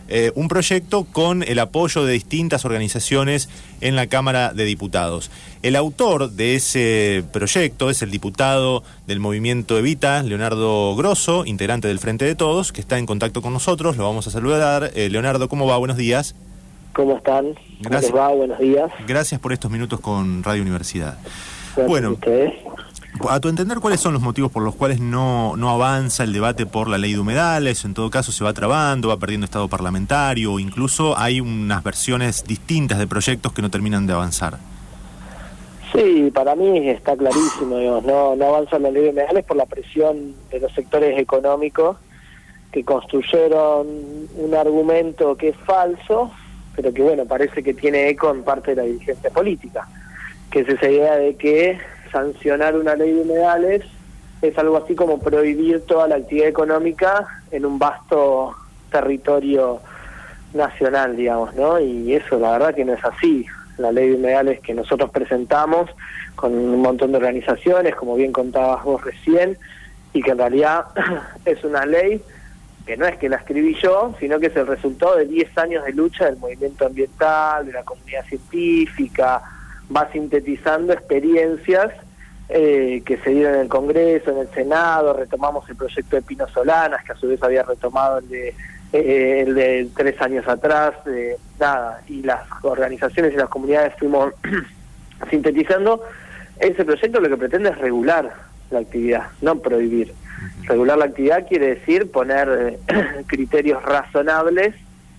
un proyecto con el apoyo de distintas organizaciones en la Cámara de Diputados. El autor de ese proyecto es el diputado del Movimiento Evita, Leonardo Grosso, integrante del Frente de Todos, que está en contacto con nosotros. Lo vamos a saludar. Leonardo, ¿cómo va? Buenos días. ¿Cómo están? Gracias. ¿Cómo les va? Buenos días. Gracias por estos minutos con Radio Universidad. Gracias bueno, a ustedes. A tu entender, ¿cuáles son los motivos por los cuales no avanza el debate por la ley de humedales? En todo caso, se va trabando, va perdiendo estado parlamentario, o incluso hay unas versiones distintas de proyectos que no terminan de avanzar. Sí, para mí está clarísimo, digamos, no avanza la ley de humedales por la presión de los sectores económicos que construyeron un argumento que es falso, pero que bueno, parece que tiene eco en parte de la dirigencia política, que es esa idea de que sancionar una ley de humedales es algo así como prohibir toda la actividad económica en un vasto territorio nacional, digamos, ¿no? Y eso la verdad que no es así. La ley de humedales que nosotros presentamos con un montón de organizaciones, como bien contabas vos recién, y que en realidad es una ley que no es que la escribí yo, sino que es el resultado de 10 años de lucha del movimiento ambiental, de la comunidad científica. Va sintetizando experiencias que se dieron en el Congreso, en el Senado. Retomamos el proyecto de Pino Solanas, que a su vez había retomado el de 3 años atrás, y las organizaciones y las comunidades fuimos sintetizando. Ese proyecto lo que pretende es regular la actividad, no prohibir. Regular la actividad quiere decir poner criterios razonables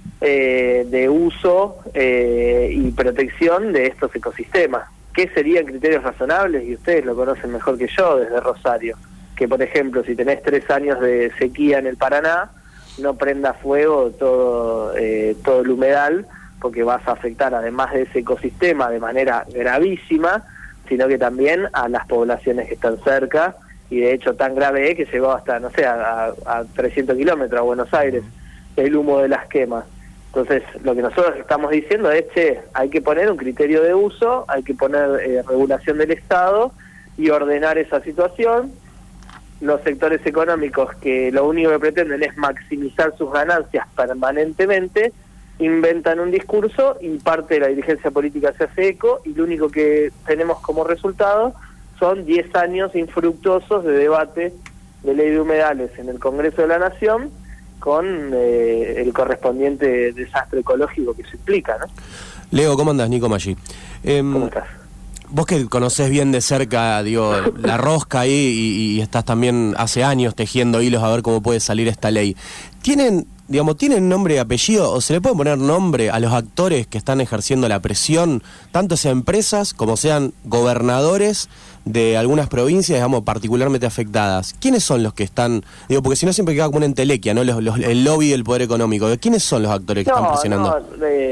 de uso y protección de estos ecosistemas. ¿Qué serían criterios razonables? Y ustedes lo conocen mejor que yo desde Rosario. Que por ejemplo, si tenés 3 años de sequía en el Paraná, no prenda fuego todo el humedal, porque vas a afectar además de ese ecosistema de manera gravísima, sino que también a las poblaciones que están cerca. Y de hecho tan grave es que llegó hasta, no sé, a 300 kilómetros a Buenos Aires, el humo de las quemas. Entonces, lo que nosotros estamos diciendo es, hay que poner un criterio de uso, hay que poner regulación del Estado y ordenar esa situación. Los sectores económicos que lo único que pretenden es maximizar sus ganancias permanentemente, inventan un discurso y parte de la dirigencia política se hace eco, y lo único que tenemos como resultado son 10 años infructuosos de debate de ley de humedales en el Congreso de la Nación, con el correspondiente desastre ecológico que se implica, ¿no? Leo, ¿cómo andás? Nico Maggi. ¿Cómo estás? Vos que conocés bien de cerca, digo, la rosca ahí y estás también hace años tejiendo hilos a ver cómo puede salir esta ley. ¿Tienen nombre y apellido, o se le puede poner nombre a los actores que están ejerciendo la presión, tanto sean empresas como sean gobernadores de algunas provincias, digamos, particularmente afectadas? ¿Quiénes son los que están, porque si no siempre queda como una entelequia, ¿no? El lobby del poder económico. ¿Quiénes son los actores que están presionando?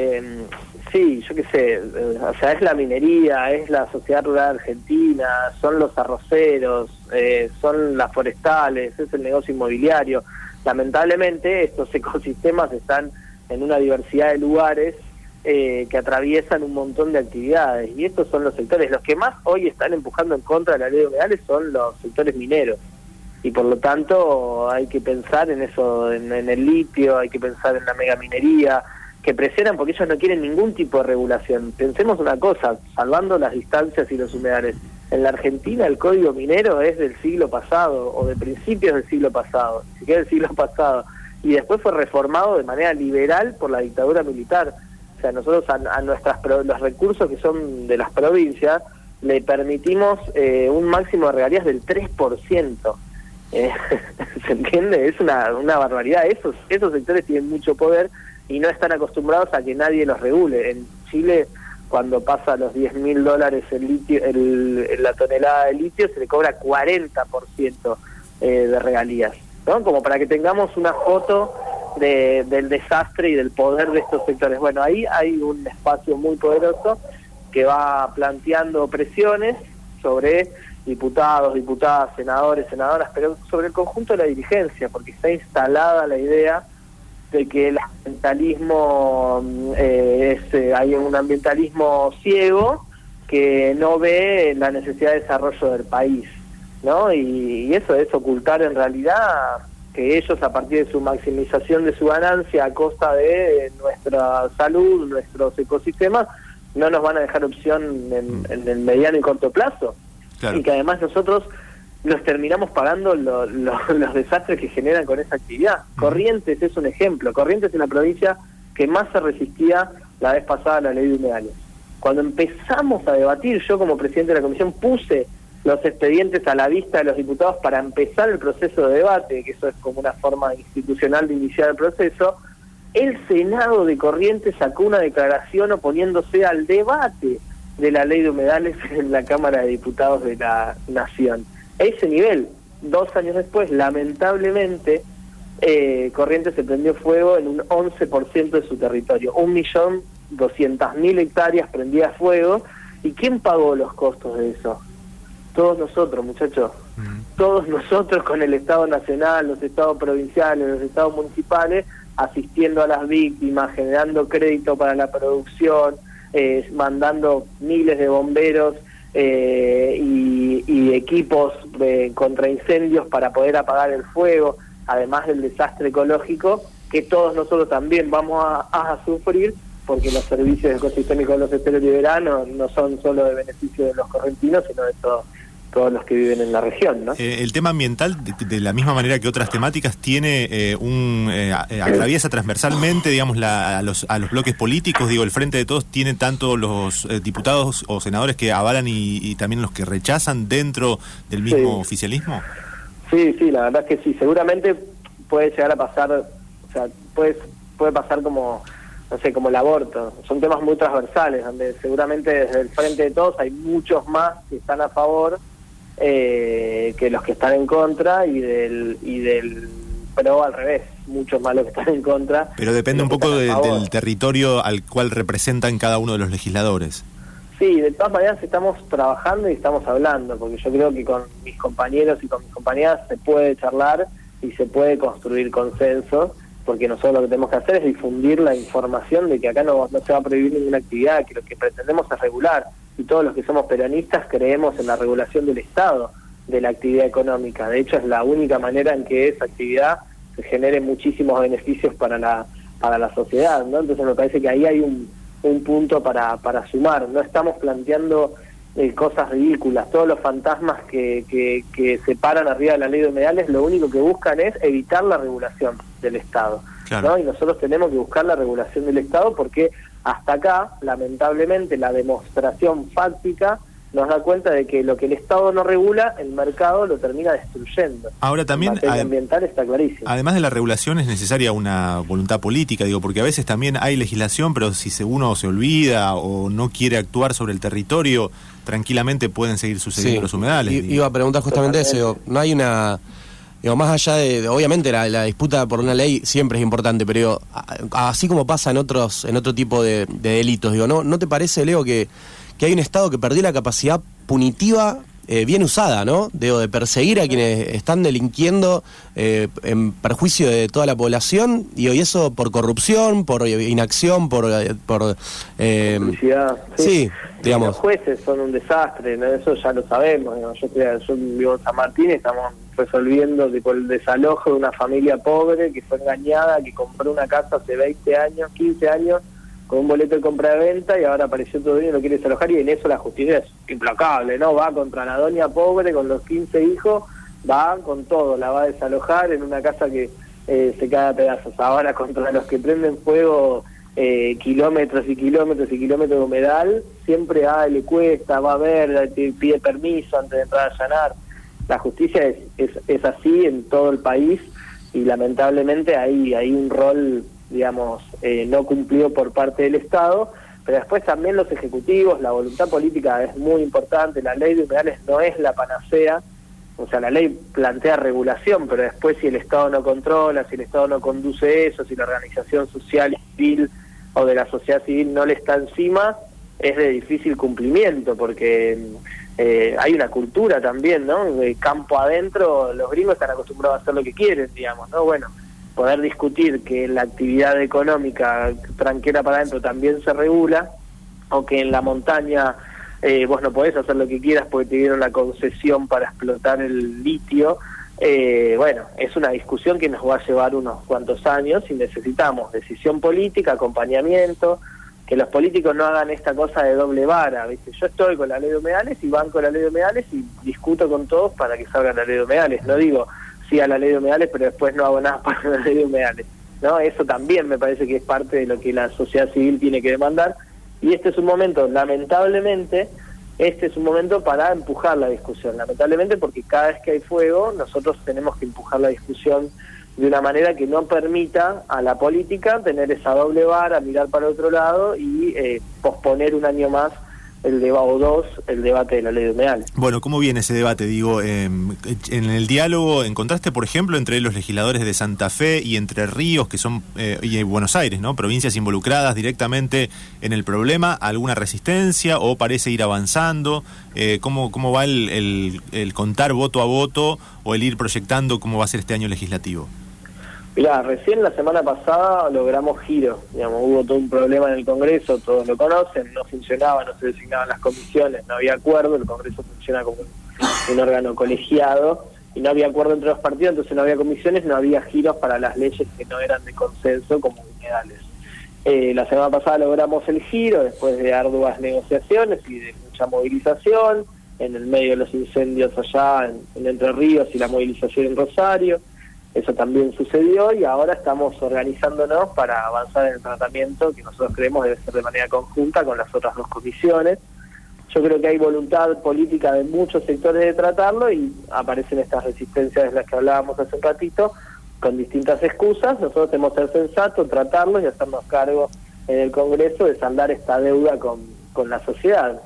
Sí, yo qué sé, o sea, es la minería, es la sociedad rural argentina, son los arroceros, son las forestales, es el negocio inmobiliario. Lamentablemente estos ecosistemas están en una diversidad de lugares que atraviesan un montón de actividades, y estos son los sectores. Los que más hoy están empujando en contra de la ley de humedales son los sectores mineros, y por lo tanto hay que pensar en eso, en el litio, hay que pensar en la megaminería, que presionan porque ellos no quieren ningún tipo de regulación. Pensemos una cosa, salvando las distancias y los humedales, en la Argentina el código minero es del siglo pasado, o de principios del siglo pasado, ni siquiera del siglo pasado, y después fue reformado de manera liberal por la dictadura militar. O sea, nosotros a los recursos que son de las provincias le permitimos un máximo de regalías del 3%. ¿Se entiende? Es una barbaridad. Esos sectores tienen mucho poder y no están acostumbrados a que nadie los regule. En Chile, cuando pasa los $10.000 el litio, la tonelada de litio, se le cobra 40% de regalías, ¿no? Como para que tengamos una foto del desastre y del poder de estos sectores. Bueno, ahí hay un espacio muy poderoso que va planteando presiones sobre diputados, diputadas, senadores, senadoras, pero sobre el conjunto de la dirigencia, porque está instalada la idea de que el ambientalismo hay un ambientalismo ciego que no ve la necesidad de desarrollo del país, ¿no? Y eso es ocultar en realidad que ellos, a partir de su maximización de su ganancia a costa de nuestra salud, nuestros ecosistemas, no nos van a dejar opción en el mediano y corto plazo. Claro. Y que además nosotros nos terminamos pagando los desastres que generan con esa actividad. Corrientes es un ejemplo. Corrientes es la provincia que más se resistía la vez pasada a la ley de humedales. Cuando empezamos a debatir, yo como presidente de la comisión puse los expedientes a la vista de los diputados para empezar el proceso de debate, que eso es como una forma institucional de iniciar el proceso. El Senado de Corrientes sacó una declaración oponiéndose al debate de la ley de humedales en la Cámara de Diputados de la Nación. A ese nivel, 2 años después, lamentablemente, Corrientes se prendió fuego en un 11% de su territorio, 1.200.000 hectáreas prendidas fuego. ¿Y quién pagó los costos de eso? Todos nosotros, muchachos. Todos nosotros, con el Estado Nacional, los Estados provinciales, los Estados municipales, asistiendo a las víctimas, generando crédito para la producción, mandando miles de bomberos y equipos contra incendios para poder apagar el fuego, además del desastre ecológico que todos nosotros también vamos a sufrir, porque los servicios ecosistémicos de los esteros de verano no son solo de beneficio de los correntinos, sino de todos los que viven en la región, ¿no? El tema ambiental, de la misma manera que otras temáticas, tiene atraviesa transversalmente, digamos, a los bloques políticos. Digo, el Frente de Todos tiene tanto los diputados o senadores que avalan y también los que rechazan dentro del mismo oficialismo. Sí, la verdad es que sí. Seguramente puede llegar a pasar, o sea, puede pasar como, no sé, como el aborto. Son temas muy transversales, donde seguramente desde el Frente de Todos hay muchos más que están a favor que los que están en contra, y del PRO al revés, muchos más los que están en contra. Pero depende un poco del territorio al cual representan cada uno de los legisladores. Sí, de todas maneras estamos trabajando y estamos hablando, porque yo creo que con mis compañeros y con mis compañeras se puede charlar y se puede construir consenso, porque nosotros lo que tenemos que hacer es difundir la información de que acá no se va a prohibir ninguna actividad, que lo que pretendemos es regular, y todos los que somos peronistas creemos en la regulación del Estado de la actividad económica. De hecho, es la única manera en que esa actividad se genere muchísimos beneficios para la sociedad, ¿no? Entonces me parece que ahí hay un punto para sumar. No estamos planteando cosas ridículas. Todos los fantasmas que se paran arriba de la ley de humedales, lo único que buscan es evitar la regulación del Estado, claro, ¿no? Y nosotros tenemos que buscar la regulación del Estado, porque hasta acá, lamentablemente, la demostración fáctica nos da cuenta de que lo que el Estado no regula, el mercado lo termina destruyendo. Ahora también, en materia ambiental está clarísimo. Además de la regulación es necesaria una voluntad política, digo, porque a veces también hay legislación, pero si uno se olvida o no quiere actuar sobre el territorio, tranquilamente pueden seguir sucediendo los humedales. Iba a preguntar justamente eso, no hay una... Digo, más allá de obviamente la disputa por una ley siempre es importante, pero así como pasa en otro tipo de delitos, digo, ¿no te parece, Leo, que hay un Estado que perdió la capacidad punitiva bien usada, ¿no? De perseguir a quienes están delinquiendo en perjuicio de toda la población, y eso por corrupción, por inacción, por publicidad. Sí, digamos. Los jueces son un desastre, ¿no? Eso ya lo sabemos, ¿no? Yo vivo en San Martín y estamos resolviendo el desalojo de una familia pobre que fue engañada, que compró una casa hace 20 años, 15 años, con un boleto de compra-venta, y ahora apareció todo bien y lo quiere desalojar, y en eso la justicia es implacable, ¿no? Va contra la doña pobre con los 15 hijos, va con todo, la va a desalojar en una casa que se cae a pedazos. Ahora contra los que prenden fuego kilómetros y kilómetros y kilómetros de humedal, siempre le cuesta, va a ver, pide permiso antes de entrar a allanar. La justicia es así en todo el país, y lamentablemente hay un rol, digamos, no cumplido por parte del Estado, pero después también los ejecutivos, la voluntad política es muy importante. La ley de humedales no es la panacea, o sea, la ley plantea regulación, pero después si el Estado no controla, si el Estado no conduce eso, si la organización social y civil o de la sociedad civil no le está encima, es de difícil cumplimiento, porque hay una cultura también, ¿no? De campo adentro, los gringos están acostumbrados a hacer lo que quieren, digamos, ¿no? Bueno, poder discutir que en la actividad económica tranquera para adentro también se regula, o que en la montaña vos no podés hacer lo que quieras porque te dieron la concesión para explotar el litio, Bueno, es una discusión que nos va a llevar unos cuantos años y necesitamos decisión política, acompañamiento, que los políticos no hagan esta cosa de doble vara, ¿viste? Yo estoy con la ley de humedales y banco la ley de humedales y discuto con todos para que salga la ley de humedales. No digo sí a la ley de humedales, pero después no hago nada para la ley de humedales, ¿no? Eso también me parece que es parte de lo que la sociedad civil tiene que demandar, y este es un momento, lamentablemente, este es un momento para empujar la discusión, lamentablemente, porque cada vez que hay fuego, nosotros tenemos que empujar la discusión de una manera que no permita a la política tener esa doble vara, mirar para otro lado y posponer un año más el debate de la ley de humedales. Bueno, ¿cómo viene ese debate? Digo, en el diálogo, ¿encontraste, por ejemplo, entre los legisladores de Santa Fe y Entre Ríos, que son, y Buenos Aires, ¿no?, provincias involucradas directamente en el problema, alguna resistencia o parece ir avanzando? ¿Cómo va el contar voto a voto o el ir proyectando cómo va a ser este año legislativo? Mirá, recién la semana pasada logramos giro, digamos, hubo todo un problema en el Congreso, todos lo conocen, no funcionaba, no se designaban las comisiones, no había acuerdo, el Congreso funciona como un órgano colegiado, y no había acuerdo entre los partidos, entonces no había comisiones, no había giros para las leyes que no eran de consenso, como humedales. La semana pasada logramos el giro, después de arduas negociaciones y de mucha movilización, en el medio de los incendios allá en Entre Ríos y la movilización en Rosario. Eso también sucedió y ahora estamos organizándonos para avanzar en el tratamiento que nosotros creemos debe ser de manera conjunta con las otras dos comisiones. Yo creo que hay voluntad política de muchos sectores de tratarlo y aparecen estas resistencias de las que hablábamos hace un ratito con distintas excusas. Nosotros tenemos que ser sensatos, tratarlos y hacernos cargo en el Congreso de saldar esta deuda con la sociedad.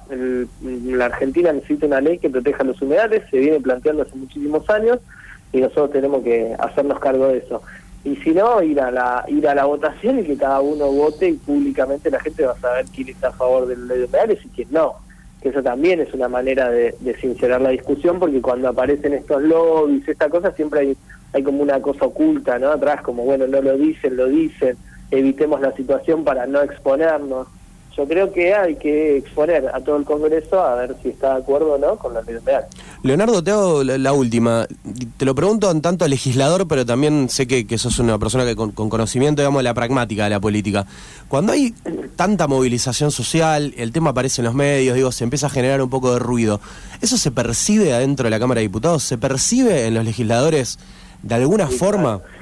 La Argentina necesita una ley que proteja los humedales, se viene planteando hace muchísimos años, y nosotros tenemos que hacernos cargo de eso. Y si no, ir a la votación y que cada uno vote y públicamente la gente va a saber quién está a favor del ley de humedales y quién no. Que eso también es una manera de sincerar la discusión, porque cuando aparecen estos lobbies, esta cosa, siempre hay como una cosa oculta, ¿no? Atrás, como bueno, no lo dicen, evitemos la situación para no exponernos. Yo creo que hay que exponer a todo el Congreso a ver si está de acuerdo o no con la ley de humedales. Leonardo, te hago la última. Te lo pregunto en tanto legislador, pero también sé que sos una persona que con conocimiento, digamos, de la pragmática de la política. Cuando hay tanta movilización social, el tema aparece en los medios, digo, se empieza a generar un poco de ruido. ¿Eso se percibe adentro de la Cámara de Diputados? ¿Se percibe en los legisladores de alguna forma? Claro.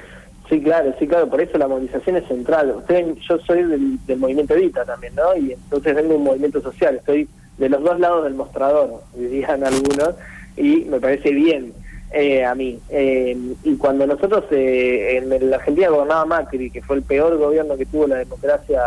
Sí, claro, por eso la movilización es central. Yo soy del movimiento Evita también, ¿no? Y entonces vengo de un movimiento social, estoy de los dos lados del mostrador, dirían algunos, y me parece bien a mí. Y cuando nosotros en la Argentina gobernaba Macri, que fue el peor gobierno que tuvo la democracia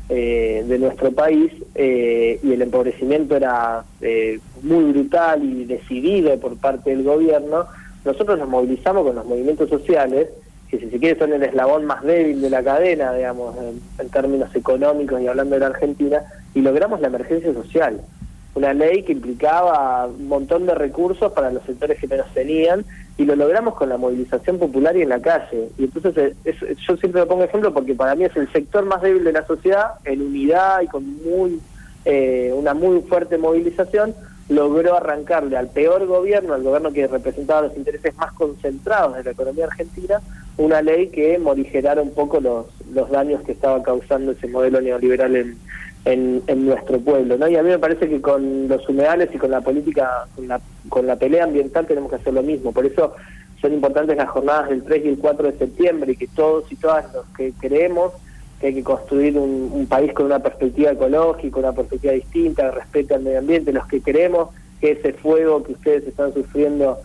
de nuestro país, y el empobrecimiento era muy brutal y decidido por parte del gobierno, nosotros nos movilizamos con los movimientos sociales, que si se quiere son el eslabón más débil de la cadena, digamos, en términos económicos y hablando de la Argentina, y logramos la emergencia social. Una ley que implicaba un montón de recursos para los sectores que menos tenían, y lo logramos con la movilización popular y en la calle. Y entonces yo siempre lo pongo ejemplo porque para mí es el sector más débil de la sociedad, en unidad y con una muy fuerte movilización, logró arrancarle al peor gobierno, al gobierno que representaba los intereses más concentrados de la economía argentina, una ley que morigerara un poco los daños que estaba causando ese modelo neoliberal en nuestro pueblo, ¿no? Y a mí me parece que con los humedales y con la política, con la pelea ambiental tenemos que hacer lo mismo. Por eso son importantes las jornadas del 3 y el 4 de septiembre, y que todos y todas los que creemos que hay que construir un país con una perspectiva ecológica, una perspectiva distinta, de respeto al medio ambiente, los que creemos que ese fuego que ustedes están sufriendo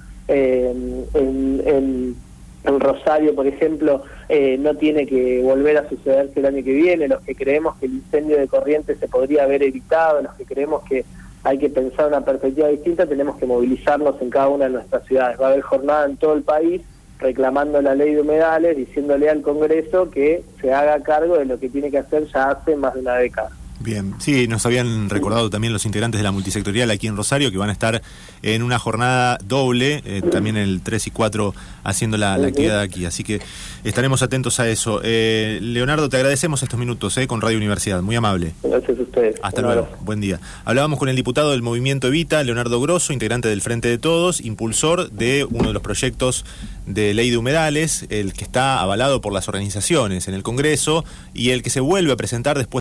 en Rosario, por ejemplo, no tiene que volver a sucederse el año que viene, los que creemos que el incendio de Corrientes se podría haber evitado, los que creemos que hay que pensar una perspectiva distinta, tenemos que movilizarnos en cada una de nuestras ciudades. Va a haber jornada en todo el país reclamando la ley de humedales, diciéndole al Congreso que se haga cargo de lo que tiene que hacer ya hace más de una década. Bien, sí, nos habían recordado también los integrantes de la multisectorial aquí en Rosario que van a estar en una jornada doble, también el 3 y 4 haciendo la actividad aquí, así que estaremos atentos a eso. Leonardo, te agradecemos estos minutos con Radio Universidad, muy amable. Gracias a ustedes. Hasta luego, buen día. Hablábamos con el diputado del Movimiento Evita, Leonardo Grosso, integrante del Frente de Todos, impulsor de uno de los proyectos de ley de humedales, el que está avalado por las organizaciones en el Congreso y el que se vuelve a presentar después